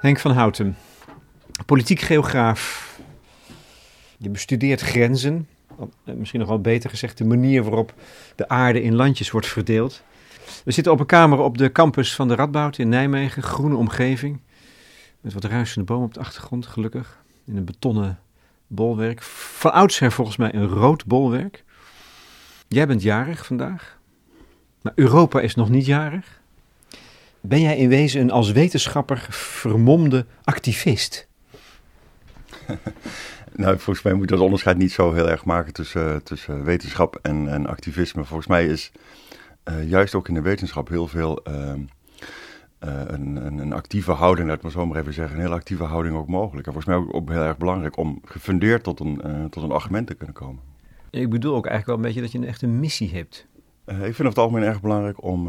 Henk van Houten, politiek geograaf. Je bestudeert grenzen, misschien nog wel beter gezegd de manier waarop de aarde in landjes wordt verdeeld. We zitten op een kamer op de campus van de Radboud in Nijmegen, groene omgeving. Met wat ruisende bomen op de achtergrond, gelukkig. In een betonnen bolwerk. Van oudsher volgens mij een rood bolwerk. Jij bent jarig vandaag, maar Europa is nog niet jarig. Ben jij in wezen een als wetenschapper vermomde activist? Nou, volgens mij moet dat onderscheid niet zo heel erg maken tussen wetenschap en activisme. Volgens mij is juist ook in de wetenschap heel veel een actieve houding, laat ik maar zo maar even zeggen, een hele actieve houding ook mogelijk. En volgens mij ook heel erg belangrijk om gefundeerd tot een argument te kunnen komen. Ik bedoel ook eigenlijk wel een beetje dat je een echte missie hebt. Ik vind het over het algemeen erg belangrijk om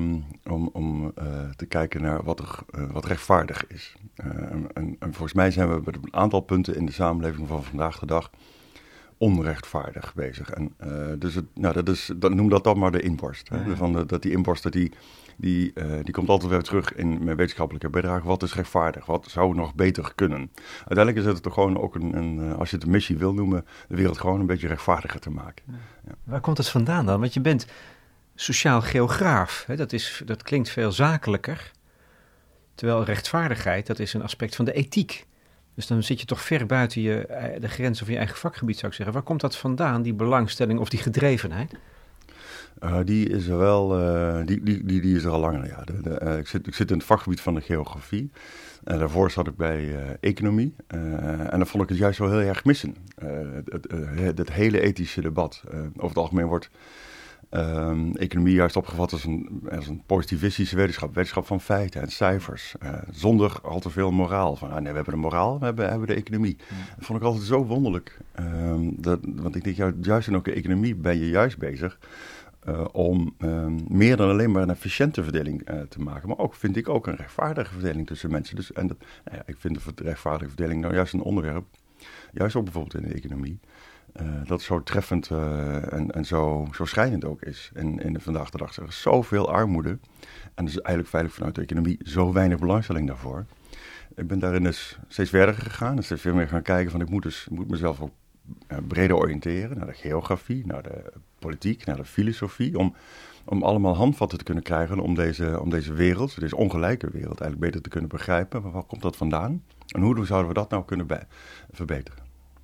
te kijken naar wat rechtvaardig is. En volgens mij zijn we met een aantal punten in de samenleving van vandaag de dag onrechtvaardig bezig. En noem dat dan maar de inborst. Hè? Ja. Die inborst, die komt altijd weer terug in mijn wetenschappelijke bijdrage. Wat is rechtvaardig? Wat zou nog beter kunnen? Uiteindelijk is het toch gewoon ook als je het een missie wil noemen, de wereld gewoon een beetje rechtvaardiger te maken. Ja. Ja. Waar komt het vandaan dan? Want je bent sociaal geograaf. Hè? Dat klinkt veel zakelijker. Terwijl rechtvaardigheid, dat is een aspect van de ethiek. Dus dan zit je toch ver buiten de grenzen van je eigen vakgebied, zou ik zeggen. Waar komt dat vandaan, die belangstelling of die gedrevenheid? Die is er wel, die is er al langer, ja. Ik zit in het vakgebied van de geografie. Daarvoor zat ik bij economie. En dan vond ik het juist wel heel erg missen. Het hele ethische debat. Over het algemeen wordt economie juist opgevat als een positivistische wetenschap van feiten en cijfers, zonder al te veel moraal. Van, nee, we hebben de moraal, we hebben de economie. Dat vond ik altijd zo wonderlijk. Want ik denk, juist in ook de economie ben je juist bezig om meer dan alleen maar een efficiënte verdeling te maken. Maar ook, vind ik, ook een rechtvaardige verdeling tussen mensen. Dus, ik vind de rechtvaardige verdeling nou juist een onderwerp, juist ook bijvoorbeeld in de economie, dat zo treffend en zo schrijnend ook is in de vandaag de dag. Er is zoveel armoede en dus eigenlijk feitelijk vanuit de economie zo weinig belangstelling daarvoor. Ik ben daarin dus steeds verder gegaan en steeds veel meer gaan kijken van ik moet mezelf ook breder oriënteren naar de geografie, naar de politiek, naar de filosofie, om allemaal handvatten te kunnen krijgen om deze wereld, deze ongelijke wereld, eigenlijk beter te kunnen begrijpen. Waar komt dat vandaan en hoe zouden we dat nou kunnen verbeteren?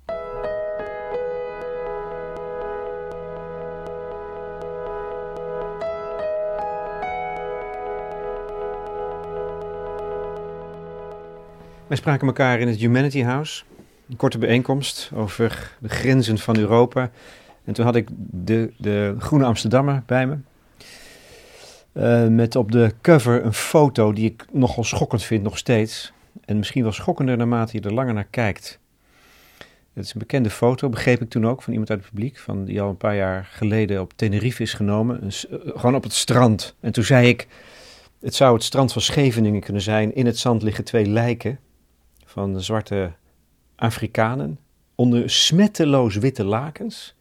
Wij spraken elkaar in het Humanity House. Een korte bijeenkomst over de grenzen van Europa. En toen had ik de Groene Amsterdammer bij me. Met op de cover een foto die ik nogal schokkend vind, nog steeds. En misschien wel schokkender naarmate je er langer naar kijkt. Het is een bekende foto, begreep ik toen ook, van iemand uit het publiek. Die al een paar jaar geleden op Tenerife is genomen. Gewoon op het strand. En toen zei ik, het zou het strand van Scheveningen kunnen zijn. In het zand liggen 2 lijken van de zwarte Afrikanen onder smetteloos witte lakens.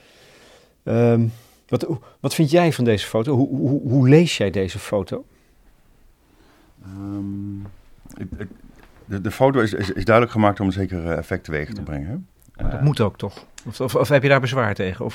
Wat vind jij van deze foto? Hoe lees jij deze foto? De foto is duidelijk gemaakt om een zeker effect teweeg te brengen. Dat moet ook toch? Of heb je daar bezwaar tegen?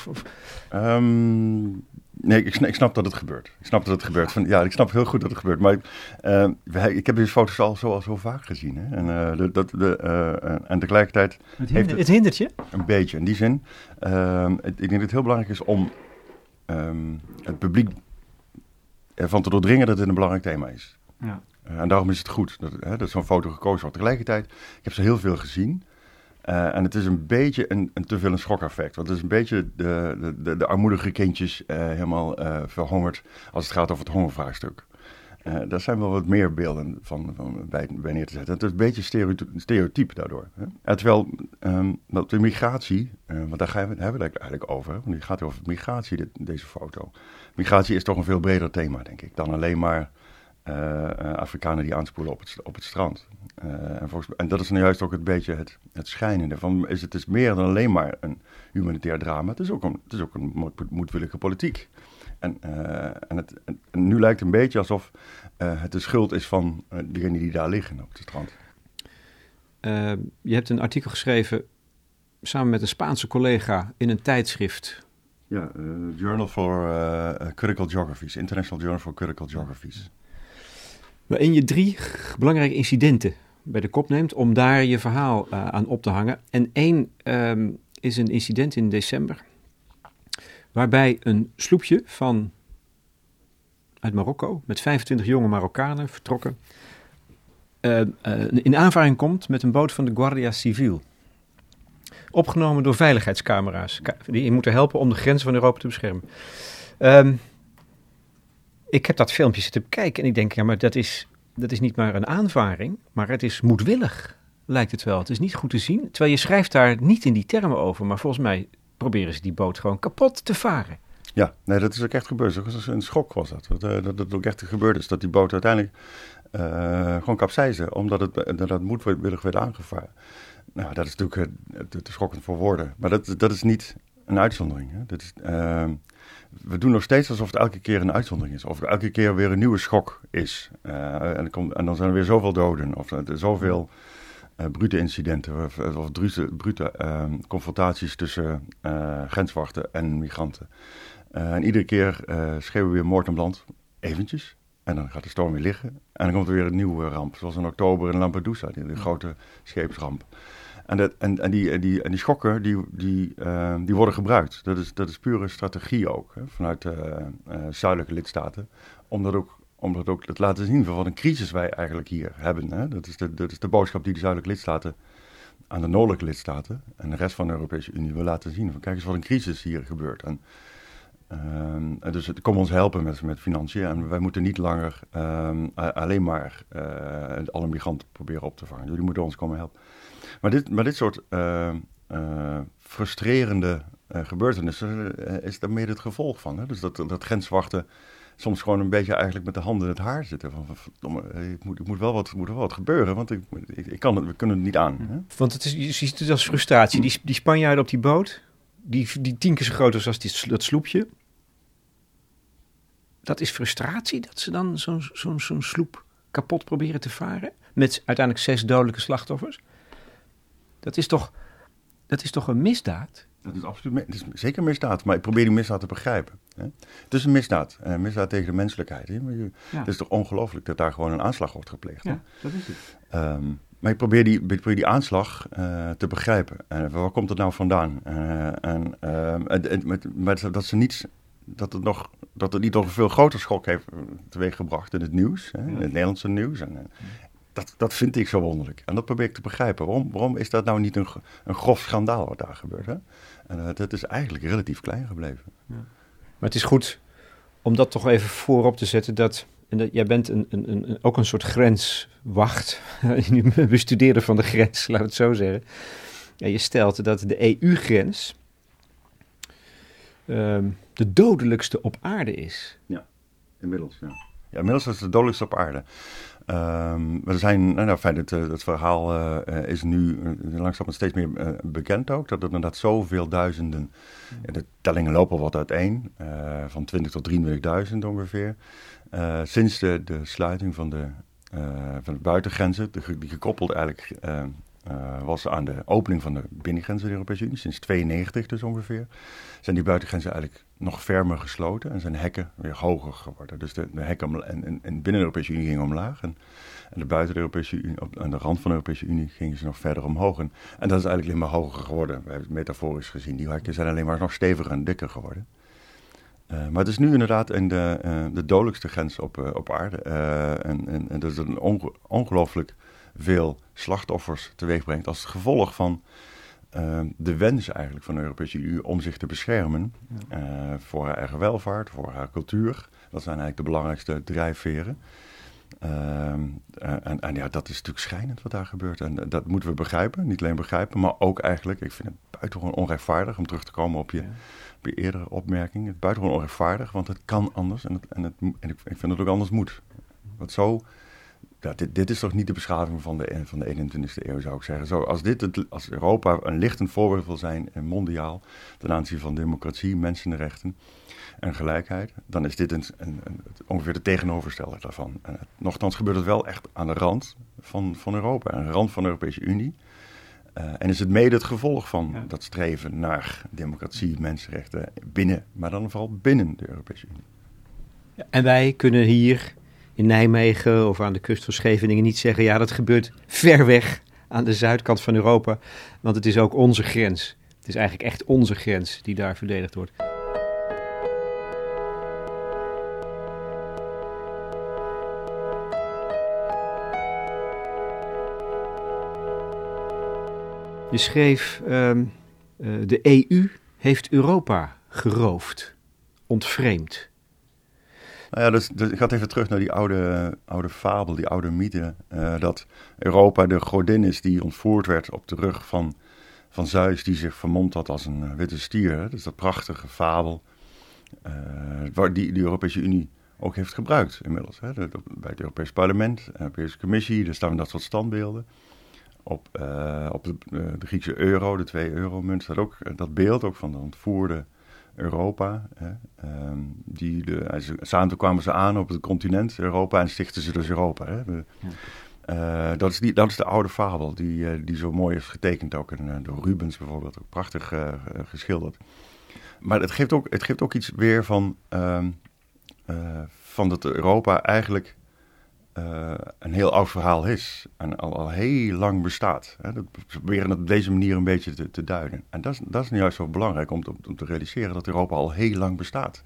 Nee, ik snap dat het gebeurt. Ik snap heel goed dat het gebeurt. Maar ik heb deze foto's al zo vaak gezien. Hè? En tegelijkertijd het hindert je? Een beetje. In die zin, ik denk dat het heel belangrijk is om het publiek ervan te doordringen dat het een belangrijk thema is. Ja. En daarom is het goed dat zo'n foto gekozen wordt. Tegelijkertijd, ik heb ze heel veel gezien. En het is een beetje een te veel een schokeffect. Want het is een beetje de armoedige kindjes helemaal verhongerd als het gaat over het hongervraagstuk. Daar zijn wel wat meer beelden van bij neer te zetten. Het is een beetje stereotyp daardoor. Hè? Terwijl de migratie, want daar hebben we het eigenlijk over. Want die gaat over migratie, deze foto. Migratie is toch een veel breder thema, denk ik, dan alleen maar Afrikanen die aanspoelen op het strand. En dat is nou juist ook een beetje het schijnende. Het is meer dan alleen maar een humanitair drama. Het is ook een moedwillige politiek. En nu lijkt het een beetje alsof het de schuld is van degenen die daar liggen op het strand. Je hebt een artikel geschreven samen met een Spaanse collega in een tijdschrift. Ja, Journal for Critical Geographies, International Journal for Critical Geographies. Waarin je 3 belangrijke incidenten bij de kop neemt om daar je verhaal aan op te hangen. En 1 is een incident in december, waarbij een sloepje uit Marokko met 25 jonge Marokkanen vertrokken, in aanvaring komt met een boot van de Guardia Civil. Opgenomen door veiligheidscamera's die moeten helpen om de grenzen van Europa te beschermen. Ik heb dat filmpje zitten bekijken en ik denk, ja, maar dat is niet maar een aanvaring, maar het is moedwillig, lijkt het wel. Het is niet goed te zien, terwijl je schrijft daar niet in die termen over, maar volgens mij proberen ze die boot gewoon kapot te varen. Ja, nee, dat is ook echt gebeurd. Een schok was dat. Dat ook echt gebeurd is, dat die boot uiteindelijk gewoon kapseizen, omdat het moedwillig werd aangevaren. Nou, dat is natuurlijk te schokkend voor woorden. Maar dat is niet een uitzondering. Hè? We doen nog steeds alsof het elke keer een uitzondering is. Of er elke keer weer een nieuwe schok is. En dan zijn er weer zoveel doden. Of zoveel brute incidenten. Of brute confrontaties tussen grenswachten en migranten. En iedere keer schreeuwen we weer moord op land. Eventjes. En dan gaat de storm weer liggen. En dan komt er weer een nieuwe ramp. Zoals in oktober in Lampedusa, die grote scheepsramp. En die schokken, die worden gebruikt. Dat is pure strategie ook, hè, vanuit zuidelijke lidstaten. Omdat ook het laten zien van wat een crisis wij eigenlijk hier hebben. Hè. Dat is de boodschap die de zuidelijke lidstaten aan de noordelijke lidstaten en de rest van de Europese Unie wil laten zien. Van kijk eens wat een crisis hier gebeurt. En dus het komt ons helpen met financiën. En wij moeten niet langer alleen maar alle migranten proberen op te vangen. Jullie moeten ons komen helpen. Maar dit soort frustrerende gebeurtenissen is daar mede het gevolg van. Hè? Dus dat grenswachten soms gewoon een beetje eigenlijk met de handen in het haar zitten. Van verdomme, er moet wel wat gebeuren, want we kunnen het niet aan. Hè? Want je ziet het als frustratie. Die Spanjaarden op die boot, die 10 keer zo groot is als dat sloepje. Dat is frustratie, dat ze dan zo'n sloep kapot proberen te varen. Met uiteindelijk 6 dodelijke slachtoffers. Dat is toch een misdaad? Dat is absoluut het is zeker een misdaad, maar ik probeer die misdaad te begrijpen. Hè? Het is een misdaad. Een misdaad tegen de menselijkheid. Hè? Het is toch ongelooflijk dat daar gewoon een aanslag wordt gepleegd. Hè? Ja, dat is het. Maar ik probeer die aanslag te begrijpen. Waar komt het nou vandaan? Dat het niet nog een veel groter schok heeft teweeggebracht in het nieuws. Hè? In het Nederlandse nieuws. Dat vind ik zo wonderlijk. En dat probeer ik te begrijpen. Waarom is dat nou niet een grof schandaal wat daar gebeurt? Hè? En dat is eigenlijk relatief klein gebleven. Ja. Maar het is goed om dat toch even voorop te zetten. Jij bent ook een soort grenswacht. Een bestudeerder van de grens, laat het zo zeggen. Ja, je stelt dat de EU-grens de dodelijkste op aarde is. Ja, inmiddels. Ja. Inmiddels is het de dodelijkste op aarde. We zijn, het verhaal is nu langzaam steeds meer bekend ook. Dat er inderdaad zoveel duizenden, de tellingen lopen wat uiteen, van 20 tot 23.000 ongeveer. Sinds de sluiting van de buitengrenzen, die gekoppeld eigenlijk was aan de opening van de binnengrenzen de Europese Unie, sinds 92 dus ongeveer, zijn die buitengrenzen eigenlijk nog fermer gesloten en zijn hekken weer hoger geworden. Dus de hekken binnen de Europese Unie gingen omlaag en buiten de Europese Unie, aan de rand van de Europese Unie, gingen ze nog verder omhoog. En dat is eigenlijk alleen maar hoger geworden. We hebben het metaforisch gezien. Die hekken zijn alleen maar nog steviger en dikker geworden. Maar het is nu inderdaad de dodelijkste grens op aarde. En dat is een ongelooflijk veel slachtoffers teweeg brengt als gevolg van de wens eigenlijk van de Europese Unie om zich te beschermen voor haar eigen welvaart, voor haar cultuur. Dat zijn eigenlijk de belangrijkste drijfveren. En dat is natuurlijk schrijnend wat daar gebeurt. En dat moeten we begrijpen, niet alleen begrijpen, maar ook eigenlijk, ik vind het buitengewoon onrechtvaardig om terug te komen op je eerdere opmerking. Het is buitengewoon onrechtvaardig, want het kan anders en ik vind dat het ook anders moet. Want zo dit is toch niet de beschaving van de 21e eeuw, zou ik zeggen. Als Europa een lichtend voorbeeld wil zijn mondiaal ten aanzien van democratie, mensenrechten en gelijkheid, dan is dit ongeveer de tegenoversteller daarvan. Nochtans gebeurt het wel echt aan de rand van Europa, aan de rand van de Europese Unie. En is het mede het gevolg van dat streven naar democratie, mensenrechten maar dan vooral binnen de Europese Unie. Ja, en wij kunnen hier in Nijmegen of aan de kust van Scheveningen niet zeggen, ja, dat gebeurt ver weg aan de zuidkant van Europa, want het is ook onze grens. Het is eigenlijk echt onze grens die daar verdedigd wordt. Je schreef, de EU heeft Europa geroofd, ontvreemd. Nou ja, ik ga even terug naar die oude fabel, die oude mythe, dat Europa de godin is die ontvoerd werd op de rug van Zeus, die zich vermomd had als een witte stier. Hè? Dus dat prachtige fabel, waar die Europese Unie ook heeft gebruikt inmiddels. Hè? Bij het Europees Parlement, de Europese Commissie, daar staan dat soort standbeelden. Op de Griekse euro, de 2-euro-munt, staat ook dat beeld ook van de ontvoerde Europa. Samen kwamen ze aan op het continent Europa en stichtten ze dus Europa. Hè? Dat is de oude fabel die zo mooi is getekend ook. En door Rubens bijvoorbeeld, ook prachtig geschilderd. Maar het geeft ook iets weer van dat Europa eigenlijk een heel oud verhaal is en al heel lang bestaat. Hè. We proberen het op deze manier een beetje te duiden. En dat is nu juist zo belangrijk om te realiseren dat Europa al heel lang bestaat.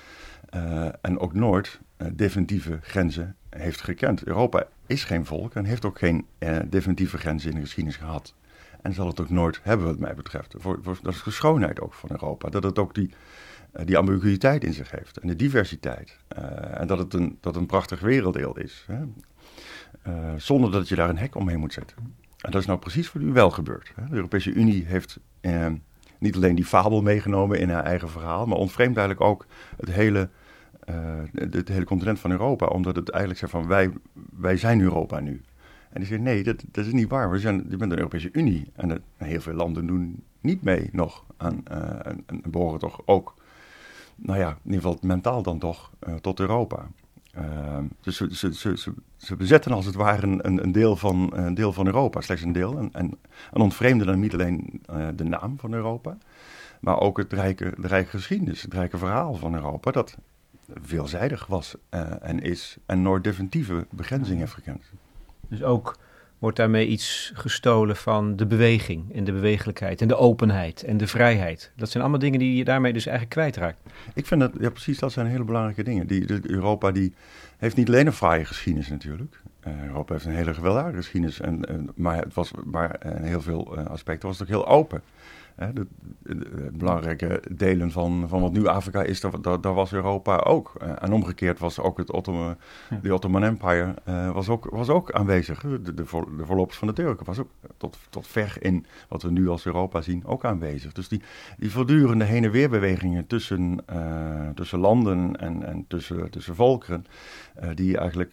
En ook nooit definitieve grenzen heeft gekend. Europa is geen volk en heeft ook geen definitieve grenzen in de geschiedenis gehad. En zal het ook nooit hebben wat mij betreft. Dat is de schoonheid ook van Europa. Dat het ook die ambiguïteit in zich heeft en de diversiteit. En dat het een prachtig werelddeel is. Hè? Zonder dat je daar een hek omheen moet zetten. En dat is nou precies wat nu wel gebeurt. Hè? De Europese Unie heeft niet alleen die fabel meegenomen in haar eigen verhaal, maar ontvreemd eigenlijk ook het hele continent van Europa. Omdat het eigenlijk zegt van wij zijn Europa nu. En die zegt nee, dat is niet waar. Je bent een Europese Unie. En heel veel landen doen niet mee nog en behoren toch ook, nou ja, in ieder geval mentaal dan toch, tot Europa. Dus ze bezetten als het ware een deel van Europa, slechts een deel. En ontvreemden dan niet alleen de naam van Europa, maar ook de rijke geschiedenis, het rijke verhaal van Europa, dat veelzijdig was en is en nooit definitieve begrenzing heeft gekend. Dus ook wordt daarmee iets gestolen van de beweging en de bewegelijkheid en de openheid en de vrijheid. Dat zijn allemaal dingen die je daarmee dus eigenlijk kwijtraakt. Ik vind dat, ja precies, dat zijn hele belangrijke dingen. Europa heeft niet alleen een fraaie geschiedenis natuurlijk. Europa heeft een hele gewelddadige geschiedenis, maar in heel veel aspecten was het ook heel open. De belangrijke delen van wat nu Afrika is, daar was Europa ook. En omgekeerd was ook de Ottoman Empire was ook aanwezig. De voorlopers van de Turken was ook tot ver in wat we nu als Europa zien ook aanwezig. Dus die voortdurende heen- en weerbewegingen tussen landen en tussen volkeren, die eigenlijk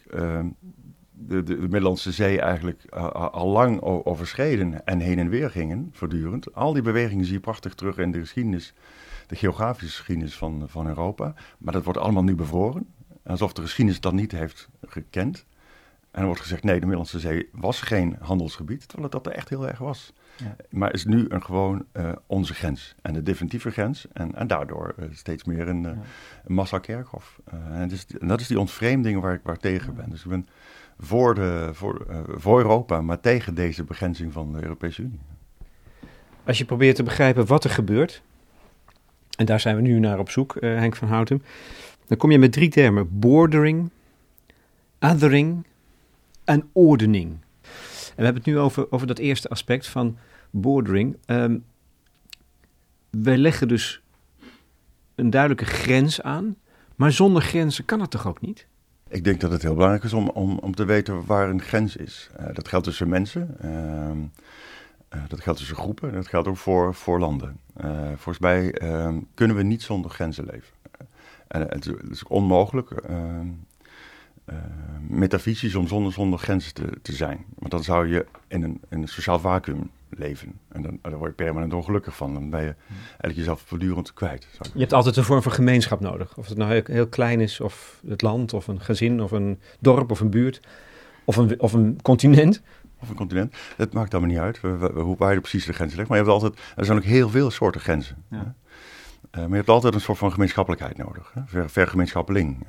de Middellandse Zee eigenlijk al lang overschreden en heen en weer gingen, voortdurend. Al die bewegingen zie je prachtig terug in de geschiedenis, de geografische geschiedenis van Europa. Maar dat wordt allemaal nu bevroren, alsof de geschiedenis dat niet heeft gekend. En er wordt gezegd, nee, de Middellandse Zee was geen handelsgebied, terwijl het dat er echt heel erg was. Ja. Maar is nu gewoon onze grens en de definitieve grens en daardoor steeds meer een massakerkhof. En dat is die ontvreemding waar ik tegen ben. Dus ik ben voor Europa, maar tegen deze begrenzing van de Europese Unie. Als je probeert te begrijpen wat er gebeurt, en daar zijn we nu naar op zoek, Henk van Houten, dan kom je met 3 termen: bordering, othering en ordening. En we hebben het nu over dat eerste aspect van bordering. Wij leggen dus een duidelijke grens aan, maar zonder grenzen kan het toch ook niet? Ik denk dat het heel belangrijk is om te weten waar een grens is. Dat geldt tussen mensen, dat geldt tussen groepen, dat geldt ook voor landen. Volgens mij kunnen we niet zonder grenzen leven. En het is onmogelijk metafysisch om zonder grenzen te zijn. Want dan zou je in een sociaal vacuüm leven. En dan word je permanent ongelukkig van. Dan ben je eigenlijk jezelf voortdurend kwijt. Je hebt altijd een vorm van gemeenschap nodig. Of het nou heel klein is, of het land, of een gezin, of een dorp, of een buurt, of een continent. Of een continent. Dat maakt allemaal niet uit hoe waar je precies de grenzen legt. Maar je hebt altijd, er zijn ook heel veel soorten grenzen. Ja. Maar je hebt altijd een soort van gemeenschappelijkheid nodig. Vergemeenschappeling.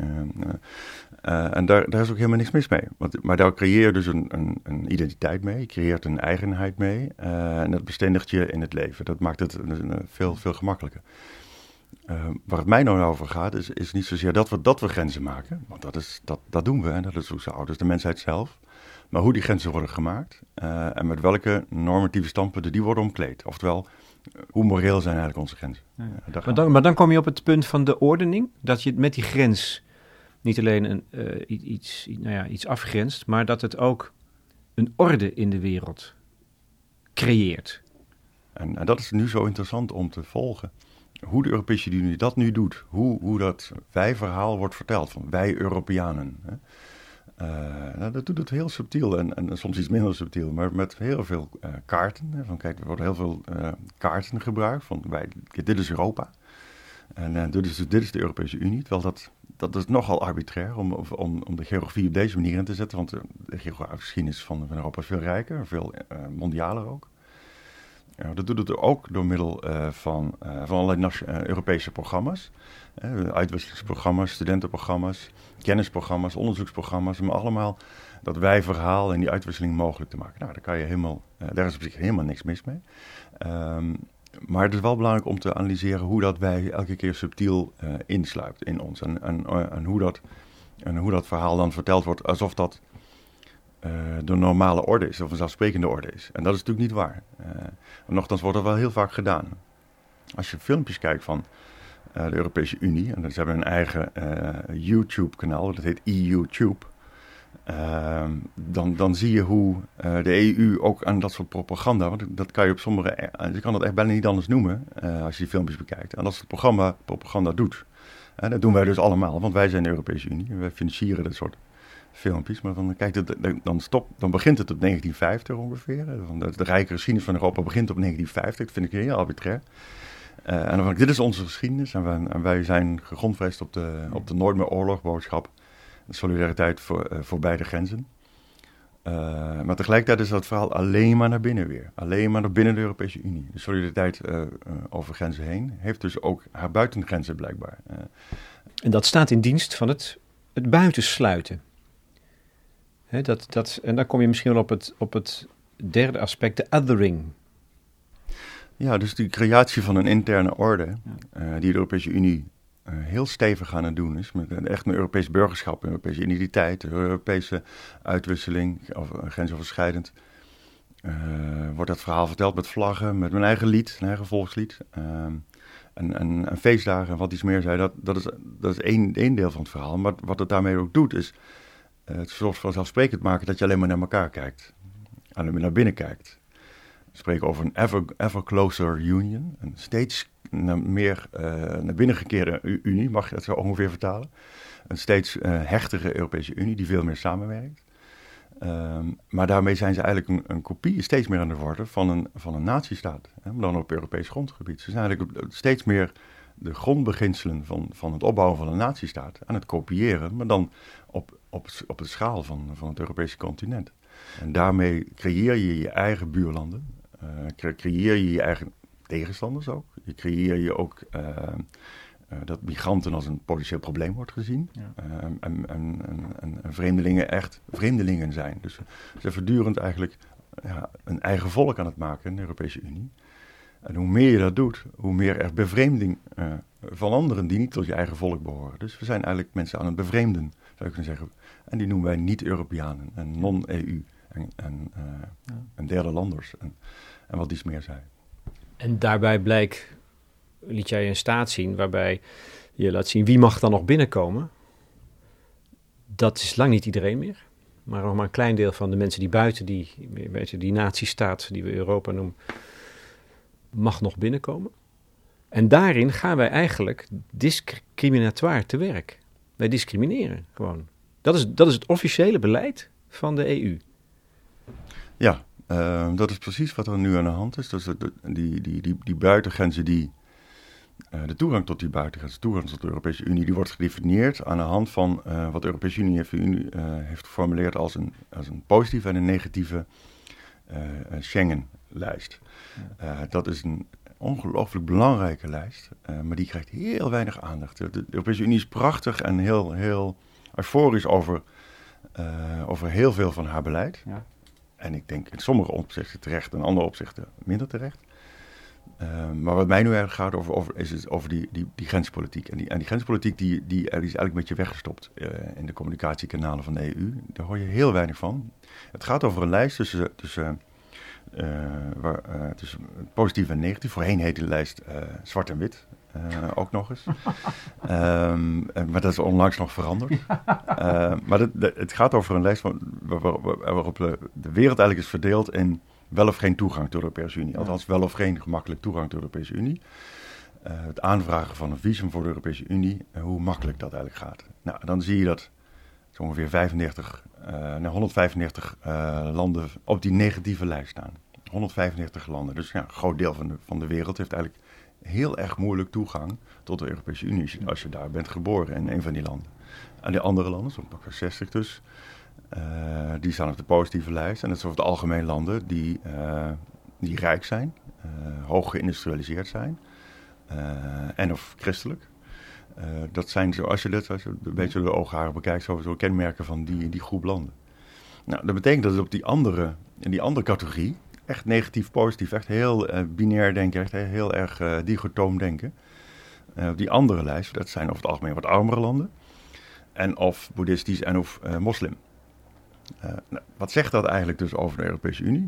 En daar is ook helemaal niks mis mee. Maar daar creëer je dus een identiteit mee. Je creëert een eigenheid mee. En dat bestendigt je in het leven. Dat maakt het veel, veel gemakkelijker. Waar het mij nou over gaat, is niet zozeer dat we grenzen maken. Want dat doen we. En dat is hoe zo oud is de mensheid zelf. Maar hoe die grenzen worden gemaakt. En met welke normatieve standpunten die worden omkleed. Oftewel, hoe moreel zijn eigenlijk onze grenzen. Ja. Maar dan kom je op het punt van de ordening. Dat je met die grens niet alleen iets afgrenst, maar dat het ook een orde in de wereld creëert. En dat is nu zo interessant om te volgen. Hoe de Europese Unie dat nu doet. Hoe dat wij-verhaal wordt verteld. Van wij Europeanen. Dat doet het heel subtiel en soms iets minder subtiel, maar met heel veel kaarten. Kijk, er worden heel veel kaarten gebruikt van dit is Europa en dit is de Europese Unie. Terwijl dat is nogal arbitrair om de geografie op deze manier in te zetten, want de geografische geschiedenis van Europa is veel rijker, veel mondialer ook. Dat doet het ook door middel van allerlei Europese programma's. Uitwisselingsprogramma's, studentenprogramma's, kennisprogramma's, onderzoeksprogramma's. Om allemaal dat wij-verhaal en die uitwisseling mogelijk te maken. Nou, daar is op zich helemaal niks mis mee. Maar het is wel belangrijk om te analyseren hoe dat wij elke keer subtiel insluipt in ons. En hoe dat verhaal dan verteld wordt alsof dat de normale orde is, of een vanzelfsprekende orde is. En dat is natuurlijk niet waar. Nochtans wordt dat wel heel vaak gedaan. Als je filmpjes kijkt van de Europese Unie, en ze hebben een eigen YouTube-kanaal, dat heet EUTube, dan zie je hoe de EU ook aan dat soort propaganda, want dat kan je op je kan dat echt bijna niet anders noemen als je die filmpjes bekijkt. En dat soort propaganda doet. Dat doen wij dus allemaal, want wij zijn de Europese Unie en wij financieren dat soort filmpjes, maar dan begint het op 1950 ongeveer. De rijke geschiedenis van Europa begint op 1950. Dat vind ik heel arbitrair. En dan denk ik, dit is onze geschiedenis. En wij zijn gegrondvest op de nooit meer oorlogboodschap. De solidariteit voor beide grenzen. Maar tegelijkertijd is dat verhaal alleen maar naar binnen weer. Alleen maar naar binnen de Europese Unie. De solidariteit over grenzen heen heeft dus ook haar buitengrenzen blijkbaar. En dat staat in dienst van het buitensluiten. En dan kom je misschien wel op het derde aspect, de othering. Ja, dus die creatie van een interne orde, die de Europese Unie heel stevig aan het doen is. Met echt een Europees burgerschap, een Europese identiteit, een Europese uitwisseling, of grensoverschrijdend. Wordt dat verhaal verteld met vlaggen, met mijn eigen lied, een eigen volkslied. En feestdagen en wat iets meer zei, dat is één deel van het verhaal. Maar wat het daarmee ook doet, is het soort vanzelfsprekend maken dat je alleen maar naar elkaar kijkt. Alleen maar naar binnen kijkt. We spreken over een ever closer union. Een steeds meer naar binnen gekeerde unie, mag je dat zo ongeveer vertalen. Een steeds hechtere Europese Unie die veel meer samenwerkt. Maar daarmee zijn ze eigenlijk een kopie steeds meer aan de worden van een natiestaat. Maar dan op Europees grondgebied. Ze zijn eigenlijk steeds meer de grondbeginselen van het opbouwen van een natiestaat aan het kopiëren, maar dan op de schaal van het Europese continent. En daarmee creëer je je eigen buurlanden, creëer je je eigen tegenstanders ook. Je creëer je ook dat migranten als een potentieel probleem wordt gezien. Ja. En vreemdelingen echt vreemdelingen zijn. Dus ze zijn voortdurend eigenlijk een eigen volk aan het maken in de Europese Unie. En hoe meer je dat doet, hoe meer er bevreemding van anderen die niet tot je eigen volk behoren. Dus we zijn eigenlijk mensen aan het bevreemden, zou je kunnen zeggen. En die noemen wij niet-Europeanen en non-EU en derde landers en wat iets meer zijn. En daarbij liet jij een staat zien waarbij je laat zien wie mag dan nog binnenkomen. Dat is lang niet iedereen meer. Maar nog maar een klein deel van de mensen die buiten die natiestaat die we Europa noemen, mag nog binnenkomen. En daarin gaan wij eigenlijk discriminatoire te werk. Wij discrimineren gewoon. Dat is het officiële beleid van de EU. Ja, dat is precies wat er nu aan de hand is. Dus die buitengrenzen, de toegang tot die buitengrenzen, toegang tot de Europese Unie, die wordt gedefinieerd aan de hand van wat de Europese Unie heeft geformuleerd als een positieve en een negatieve Schengen-lijst. Dat is een ongelooflijk belangrijke lijst, maar die krijgt heel weinig aandacht. De Europese Unie is prachtig en heel, heel euforisch over heel veel van haar beleid. Ja. En ik denk in sommige opzichten terecht en in andere opzichten minder terecht. Maar wat mij nu erg gaat is over die grenspolitiek. En die grenspolitiek die is eigenlijk een beetje weggestopt in de communicatiekanalen van de EU. Daar hoor je heel weinig van. Het gaat over een lijst tussen positief en negatief. Voorheen heette de lijst zwart en wit. Ook nog eens. Maar dat is onlangs nog veranderd. Maar het gaat over een lijst waarop de wereld eigenlijk is verdeeld in wel of geen toegang tot de Europese Unie. Althans, wel of geen gemakkelijk toegang tot de Europese Unie. Het aanvragen van een visum voor de Europese Unie, hoe makkelijk dat eigenlijk gaat. Nou, dan zie je dat zo ongeveer 135 landen op die negatieve lijst staan. 135 landen. Dus ja, een groot deel van de wereld heeft eigenlijk heel erg moeilijk toegang tot de Europese Unie als je daar bent geboren in een van die landen. En die andere landen, zo'n pakweg 60 dus, die staan op de positieve lijst. En dat zijn over het algemeen landen die rijk zijn, hoog geïndustrialiseerd zijn en of christelijk. Dat zijn, als je een beetje door de oogharen bekijkt, zo kenmerken van die groep landen. Nou, dat betekent dat het in die andere categorie echt negatief, positief, echt heel binair denken, echt heel erg dichotoom denken. Op die andere lijst, dat zijn over het algemeen wat armere landen. En of boeddhistisch en of moslim. Wat zegt dat eigenlijk dus over de Europese Unie?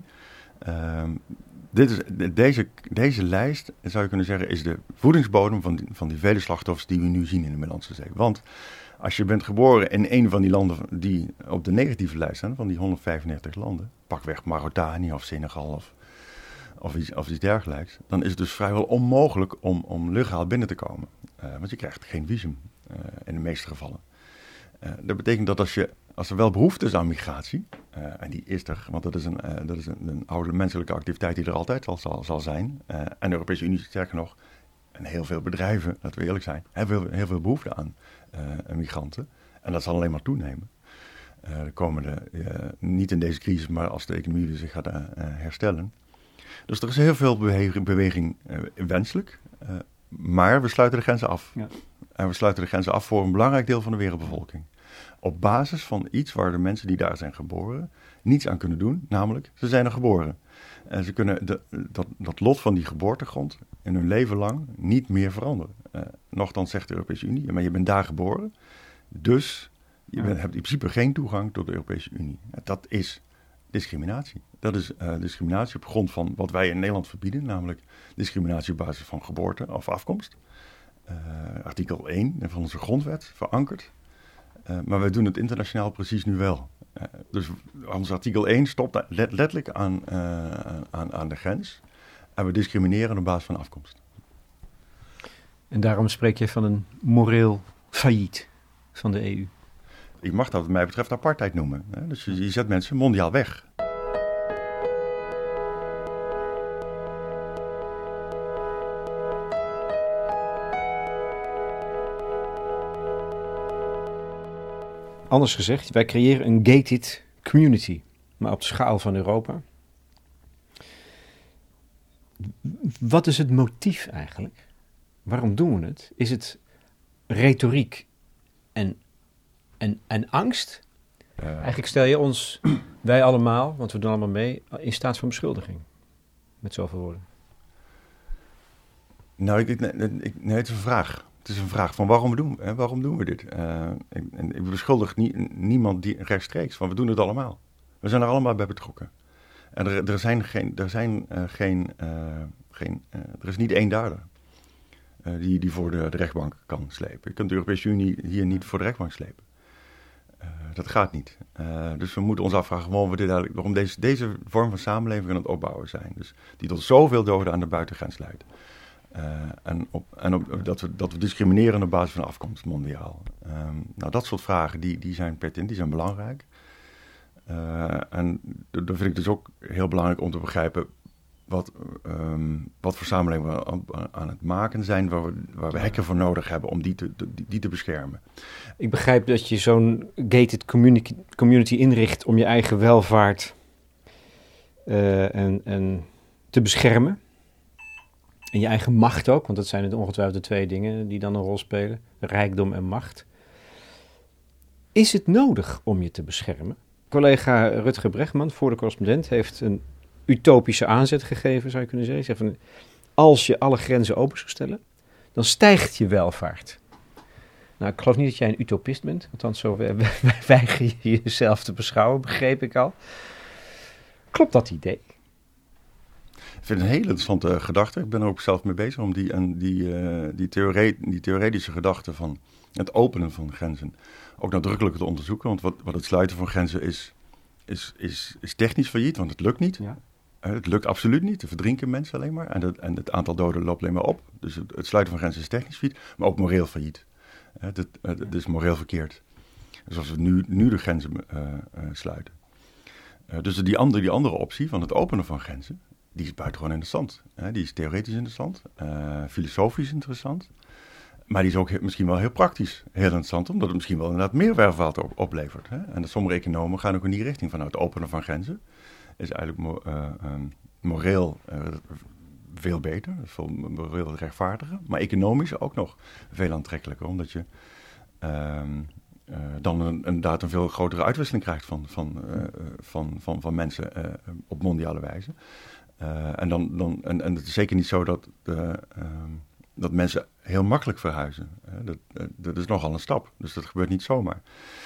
Deze lijst, zou je kunnen zeggen, is de voedingsbodem van die vele slachtoffers die we nu zien in de Middellandse Zee. Want als je bent geboren in een van die landen die op de negatieve lijst staan, van die 135 landen, pakweg Mauritanië of Senegal of iets dergelijks, dan is het dus vrijwel onmogelijk om legaal binnen te komen. Want je krijgt geen visum in de meeste gevallen. Dat betekent dat als er wel behoefte is aan migratie, en die is er, want dat is een oude menselijke activiteit die er altijd zal zijn, en de Europese Unie, sterker nog, en heel veel bedrijven, laten we eerlijk zijn, hebben heel veel behoefte aan migranten. En dat zal alleen maar toenemen. De komende, niet in deze crisis, maar als de economie weer zich gaat herstellen. Dus er is heel veel beweging wenselijk, maar we sluiten de grenzen af. Ja. En we sluiten de grenzen af voor een belangrijk deel van de wereldbevolking. Op basis van iets waar de mensen die daar zijn geboren niets aan kunnen doen, namelijk ze zijn er geboren. En ze kunnen dat lot van die geboortegrond in hun leven lang niet meer veranderen. Nochtans zegt de Europese Unie, maar je bent daar geboren, dus je hebt in principe geen toegang tot de Europese Unie. Dat is discriminatie. Dat is discriminatie op grond van wat wij in Nederland verbieden, namelijk discriminatie op basis van geboorte of afkomst. Artikel 1 van onze grondwet verankerd. Maar wij doen het internationaal precies nu wel. Dus ons artikel 1 stopt letterlijk aan de grens. En we discrimineren op basis van afkomst. En daarom spreek je van een moreel failliet van de EU. Ik mag dat wat mij betreft apartheid noemen. Dus je zet mensen mondiaal weg. Anders gezegd, wij creëren een gated community, maar op de schaal van Europa. Wat is het motief eigenlijk? Waarom doen we het? Is het retoriek en angst? Eigenlijk stel je ons, wij allemaal, want we doen allemaal mee, in staat van beschuldiging. Met zoveel woorden. Nou, nee, het is een vraag. Het is een vraag van waarom doen we dit? Ik beschuldig niemand rechtstreeks van we doen het allemaal. We zijn er allemaal bij betrokken. En er is niet één dader die voor de rechtbank kan slepen. Je kunt de Europese Unie hier niet voor de rechtbank slepen. Dat gaat niet. Dus we moeten ons afvragen waarom deze vorm van samenleving aan het opbouwen zijn. Dus die tot zoveel doden aan de buitengrens leidt. Dat we discrimineren op basis van afkomst mondiaal. Nou, dat soort vragen die zijn pertinent, die zijn belangrijk. En daar vind ik dus ook heel belangrijk om te begrijpen wat voor samenleving we aan het maken zijn, waar we hekken voor nodig hebben om die te beschermen. Ik begrijp dat je zo'n gated community inricht om je eigen welvaart en te beschermen. En je eigen macht ook, want dat zijn ongetwijfeld de twee dingen die dan een rol spelen. Rijkdom en macht. Is het nodig om je te beschermen? Collega Rutger Bregman, voor de correspondent, heeft een utopische aanzet gegeven, zou je kunnen zeggen. Hij zegt van, als je alle grenzen open zou stellen, dan stijgt je welvaart. Nou, ik geloof niet dat jij een utopist bent. Althans, zo weiger je jezelf te beschouwen, begreep ik al. Klopt dat idee? Ik vind het een hele interessante gedachte. Ik ben er ook zelf mee bezig om die theoretische gedachte van het openen van grenzen ook nadrukkelijker te onderzoeken. Want wat het sluiten van grenzen is technisch failliet, want het lukt niet. Ja. Het lukt absoluut niet. Er verdrinken mensen alleen maar. En het aantal doden loopt alleen maar op. Dus het sluiten van grenzen is technisch failliet, maar ook moreel failliet. Het is moreel verkeerd. Dus als we nu de grenzen sluiten. Dus die andere optie van het openen van grenzen, die is buitengewoon interessant. Die is theoretisch interessant, filosofisch interessant. Maar die is ook misschien wel heel praktisch heel interessant, omdat het misschien wel inderdaad meer welvaart oplevert. En sommige economen gaan ook in die richting van het openen van grenzen. Is eigenlijk moreel veel beter, veel moreel rechtvaardiger. Maar economisch ook nog veel aantrekkelijker, omdat je dan inderdaad een veel grotere uitwisseling krijgt van mensen op mondiale wijze. En het is zeker niet zo dat mensen heel makkelijk verhuizen. Dat is nogal een stap, dus dat gebeurt niet zomaar.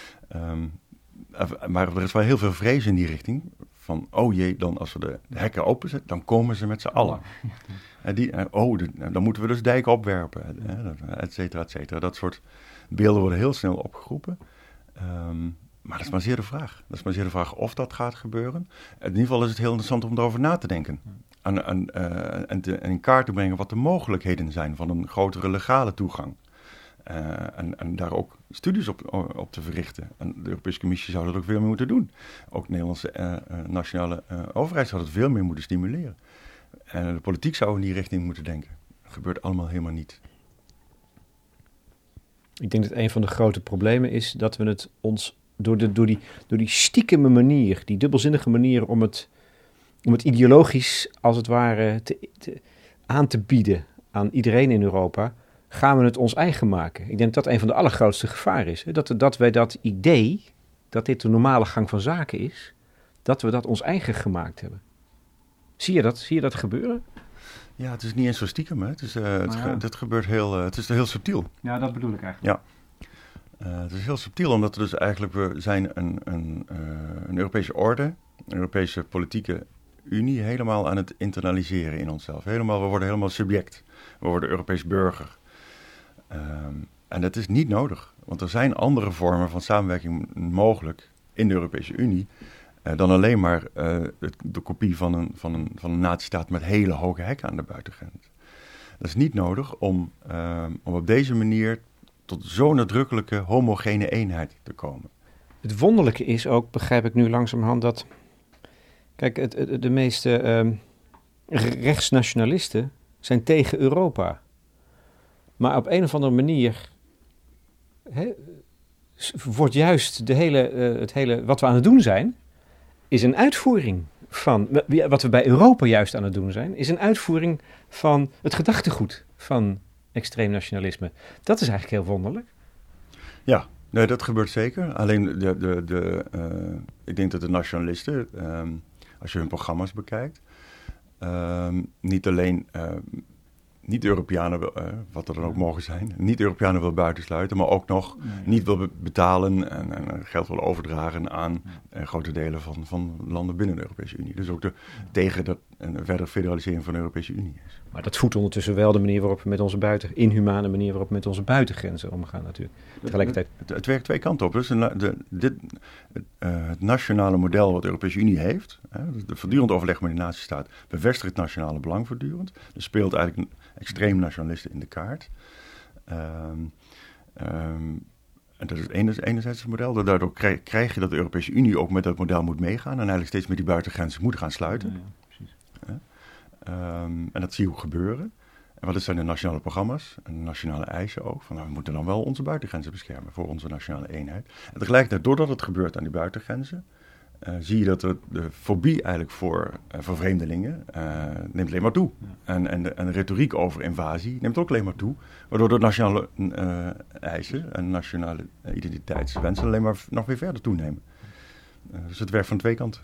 Maar er is wel heel veel vrees in die richting. Van, oh jee, dan als we de hekken openzetten, dan komen ze met z'n allen. Dan moeten we dus dijken opwerpen, et cetera, et cetera. Dat soort beelden worden heel snel opgeroepen. Maar dat is maar zeer de vraag. Dat is maar zeer de vraag of dat gaat gebeuren. In ieder geval is het heel interessant om erover na te denken. En in kaart te brengen wat de mogelijkheden zijn van een grotere legale toegang. En daar ook studies op te verrichten. En de Europese Commissie zou dat ook veel meer moeten doen. Ook de Nederlandse nationale overheid zou dat veel meer moeten stimuleren. En de politiek zou in die richting moeten denken. Dat gebeurt allemaal helemaal niet. Ik denk dat een van de grote problemen is dat we het ons door die stiekeme manier, die dubbelzinnige manier om het ideologisch als het ware aan te bieden aan iedereen in Europa, gaan we het ons eigen maken. Ik denk dat dat een van de allergrootste gevaren is. Hè? Dat wij dat idee, dat dit de normale gang van zaken is, dat we dat ons eigen gemaakt hebben. Zie je dat gebeuren? Ja, het is niet eens zo stiekem. Hè? Het gebeurt het is heel subtiel. Ja, dat bedoel ik eigenlijk. Ja. Het is heel subtiel, omdat we dus eigenlijk, we zijn een Europese orde, een Europese politieke unie, helemaal aan het internaliseren in onszelf. We worden helemaal subject. We worden Europees burger. En dat is niet nodig, want er zijn andere vormen van samenwerking mogelijk in de Europese Unie dan alleen maar de kopie van een natiestaat met hele hoge hekken aan de buitengrens. Dat is niet nodig om op deze manier tot zo'n nadrukkelijke homogene eenheid te komen. Het wonderlijke is ook, begrijp ik nu langzamerhand, dat kijk, de meeste rechtsnationalisten zijn tegen Europa. Maar op een of andere manier wordt juist het hele wat we aan het doen zijn, is een uitvoering van, wat we bij Europa juist aan het doen zijn, is een uitvoering van het gedachtegoed van extreem nationalisme. Dat is eigenlijk heel wonderlijk. Ja, nee, dat gebeurt zeker. Alleen ik denk dat de nationalisten, als je hun programma's bekijkt, niet alleen niet-Europeanen, wat er dan ook mogen zijn, niet-Europeanen wil buitensluiten, maar ook nog niet wil betalen en geld wil overdragen aan grote delen van landen binnen de Europese Unie. Dus ook tegen dat een verdere federalisering van de Europese Unie is. Maar dat voedt ondertussen wel de manier waarop we met onze inhumane manier waarop we met onze buitengrenzen omgaan natuurlijk. Tegelijkertijd. Het werkt twee kanten op. Dus het nationale model wat de Europese Unie heeft, de voortdurend overleg met de natiestaat, bevestigt het nationale belang voortdurend. Er speelt eigenlijk extreem nationalisten in de kaart. En dat is enerzijds het model. Daardoor krijg je dat de Europese Unie ook met dat model moet meegaan en eigenlijk steeds met die buitengrenzen moet gaan sluiten. Ja, precies. En dat zie je ook gebeuren. En wat zijn de nationale programma's en de nationale eisen ook? Van, we moeten dan wel onze buitengrenzen beschermen voor onze nationale eenheid. En tegelijkertijd, doordat het gebeurt aan die buitengrenzen, zie je dat de fobie eigenlijk voor vreemdelingen neemt alleen maar toe. Ja. En de retoriek over invasie neemt ook alleen maar toe. Waardoor de nationale eisen en nationale identiteitswensen alleen maar nog weer verder toenemen. Dus het werkt van twee kanten.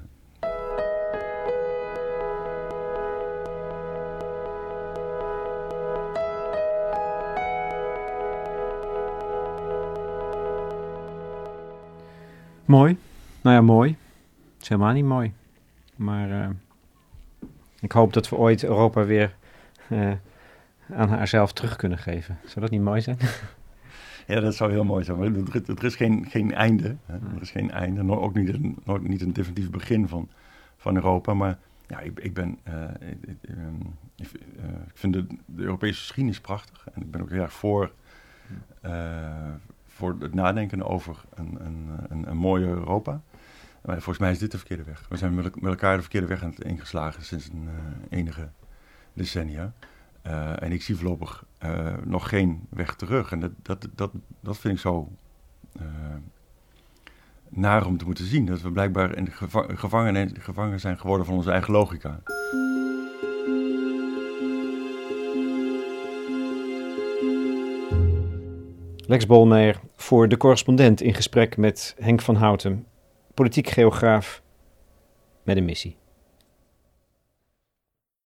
Mooi. Nou ja, mooi. Het is helemaal niet mooi. Maar ik hoop dat we ooit Europa weer aan haarzelf terug kunnen geven. Zou dat niet mooi zijn? Ja, dat zou heel mooi zijn. Maar er is geen einde. Hè? Er is geen einde. Ook niet een definitief begin van Europa. Maar ja, ik vind de Europese geschiedenis prachtig. En ik ben ook heel erg voor het nadenken over een mooie Europa. Maar volgens mij is dit de verkeerde weg. We zijn met elkaar de verkeerde weg ingeslagen sinds enige decennia. En ik zie voorlopig nog geen weg terug. En dat vind ik zo naar om te moeten zien. Dat we blijkbaar gevangen zijn geworden van onze eigen logica. Lex Bolmeijer voor De Correspondent in gesprek met Henk van Houten, politiek geograaf met een missie.